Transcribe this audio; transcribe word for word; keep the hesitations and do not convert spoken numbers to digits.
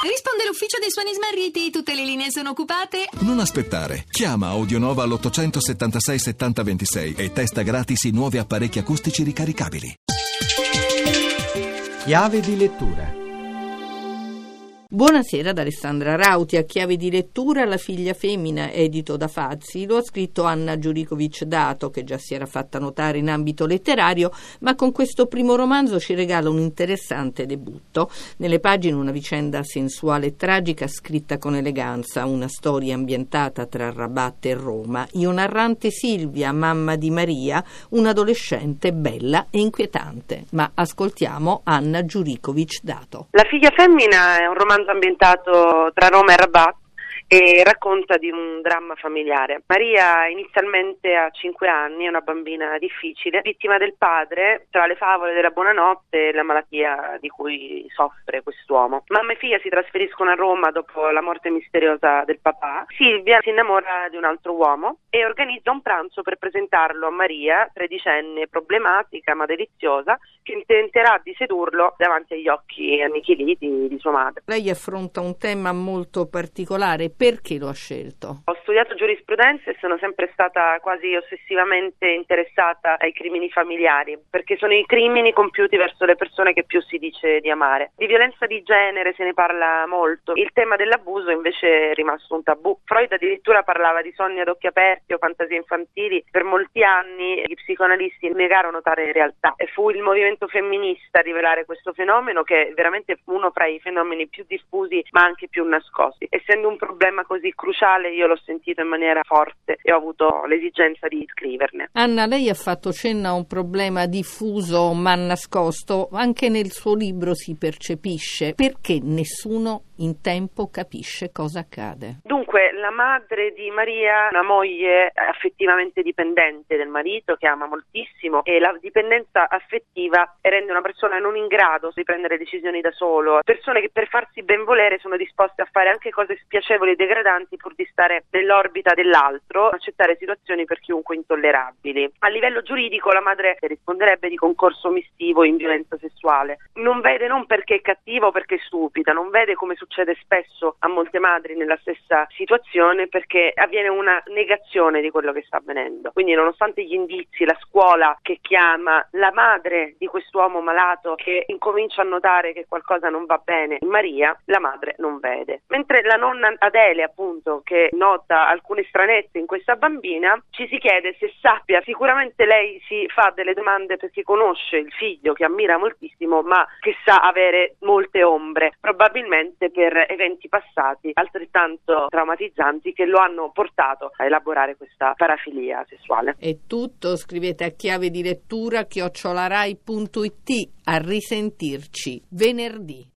Risponde l'ufficio dei suoni smarriti, tutte le linee sono occupate. Non aspettare, chiama Audionova all'ottocentosettantasei settanta ventisei e testa gratis i nuovi apparecchi acustici ricaricabili. Chiave di lettura. Buonasera ad Alessandra Rauti. A Chiave di lettura La figlia femmina, edito da Fazzi, lo ha scritto Anna Giurikovic Dato, che già si era fatta notare in ambito letterario, ma con questo primo romanzo ci regala un interessante debutto. Nelle pagine una vicenda sensuale e tragica scritta con eleganza, una storia ambientata tra Rabat e Roma. Io narrante Silvia, mamma di Maria, un'adolescente bella e inquietante. Ma ascoltiamo Anna Giurikovic Dato. La figlia femmina è un romanzo ambientato tra Roma e Rabat e racconta di un dramma familiare. Maria inizialmente ha cinque anni, è una bambina difficile, vittima del padre, tra le favole della buonanotte e la malattia di cui soffre quest'uomo. Mamma e figlia si trasferiscono a Roma dopo la morte misteriosa del papà. Silvia si innamora di un altro uomo e organizza un pranzo per presentarlo a Maria, tredicenne, problematica ma deliziosa, che tenterà di sedurlo davanti agli occhi annichiliti di sua madre. Lei affronta un tema molto particolare. Perché lo ha scelto? Ho studiato giurisprudenza e sono sempre stata quasi ossessivamente interessata ai crimini familiari, perché sono i crimini compiuti verso le persone che più si dice di amare. Di violenza di genere se ne parla molto, il tema dell'abuso invece è rimasto un tabù. Freud addirittura parlava di sogni ad occhi aperti o fantasie infantili. Per molti anni gli psicoanalisti negarono tale realtà e fu il movimento femminista a rivelare questo fenomeno, che è veramente uno fra i fenomeni più diffusi ma anche più nascosti. Essendo un problema così cruciale, io l'ho sentito in maniera forte e ho avuto l'esigenza di scriverne. Anna, lei ha fatto cenno a un problema diffuso ma nascosto, anche nel suo libro si percepisce. Perché nessuno in tempo capisce cosa accade? Dunque, la madre di Maria, una moglie affettivamente dipendente del marito, che ama moltissimo, e la dipendenza affettiva rende una persona non in grado di prendere decisioni da solo. Persone che per farsi ben volere sono disposte a fare anche cose spiacevoli e degradanti pur di stare nell'orbita dell'altro, accettare situazioni per chiunque intollerabili. A livello giuridico la madre risponderebbe di concorso omissivo in violenza sessuale. Non vede non perché è cattiva o perché è stupida, non vede, come succede spesso a molte madri nella stessa situazione, perché avviene una negazione di quello che sta avvenendo. Quindi nonostante gli indizi, la scuola che chiama, la madre di quest'uomo malato che incomincia a notare che qualcosa non va bene in Maria, la madre non vede. Mentre la nonna Adele, appunto, che nota alcune stranezze in questa bambina, ci si chiede se sappia. Sicuramente lei si fa delle domande perché conosce il figlio che ammira moltissimo, ma che sa avere molte ombre, probabilmente per eventi passati altrettanto traumatizzanti che lo hanno portato a elaborare questa parafilia sessuale. È tutto, scrivete a chiave di lettura chiocciolarai punto it. A risentirci venerdì.